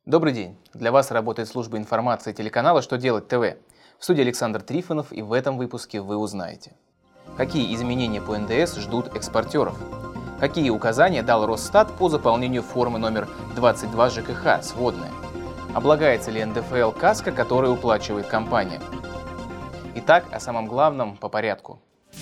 Добрый день! Для вас работает служба информации телеканала «Что делать ТВ». В студии Александр Трифонов, и в этом выпуске вы узнаете: какие изменения по НДС ждут экспортеров, какие указания дал Росстат по заполнению формы номер 22 ЖКХ «Сводная», облагается ли НДФЛ каско, которую уплачивает компания. Итак, о самом главном по порядку.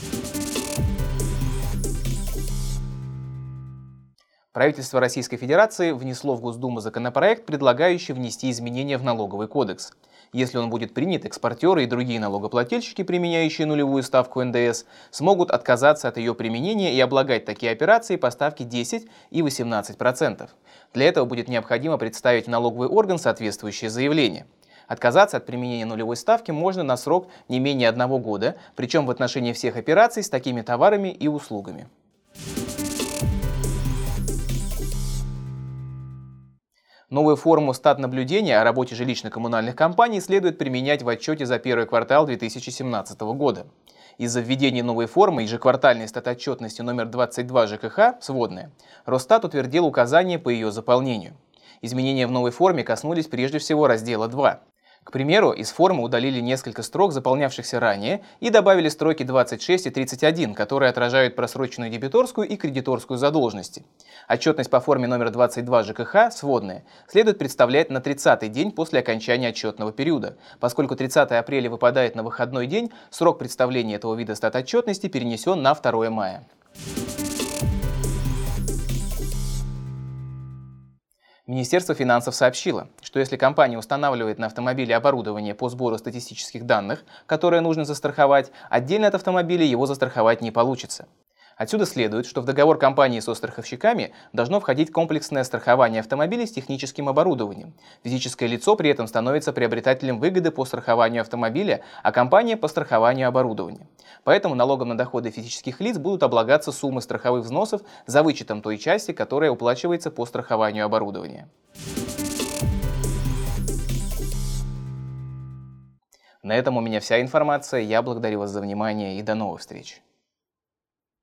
Правительство Российской Федерации внесло в Госдуму законопроект, предлагающий внести изменения в налоговый кодекс. Если он будет принят, экспортеры и другие налогоплательщики, применяющие нулевую ставку НДС, смогут отказаться от ее применения и облагать такие операции по ставке 10 и 18%. Для этого будет необходимо представить в налоговый орган соответствующее заявление. Отказаться от применения нулевой ставки можно на срок не менее 1 года, причем в отношении всех операций с такими товарами и услугами. Новую форму статнаблюдения о работе жилищно-коммунальных компаний следует применять в отчете за первый квартал 2017 года. Из-за введения новой формы ежеквартальной статотчетности номер 22 ЖКХ «Сводная» Росстат утвердил указания по ее заполнению. Изменения в новой форме коснулись прежде всего раздела 2. К примеру, из формы удалили несколько строк, заполнявшихся ранее, и добавили строки 26 и 31, которые отражают просроченную дебиторскую и кредиторскую задолженности. Отчетность по форме номер 22 ЖКХ «Сводная» следует представлять на 30-й день после окончания отчетного периода. Поскольку 30 апреля выпадает на выходной день, срок представления этого вида статотчетности перенесен на 2 мая. Министерство финансов сообщило, что если компания устанавливает на автомобиле оборудование по сбору статистических данных, которое нужно застраховать, отдельно от автомобиля его застраховать не получится. Отсюда следует, что в договор компании со страховщиками должно входить комплексное страхование автомобилей с техническим оборудованием. Физическое лицо при этом становится приобретателем выгоды по страхованию автомобиля, а компания по страхованию оборудования. Поэтому налогом на доходы физических лиц будут облагаться суммы страховых взносов за вычетом той части, которая уплачивается по страхованию оборудования. На этом у меня вся информация. Я благодарю вас за внимание и до новых встреч.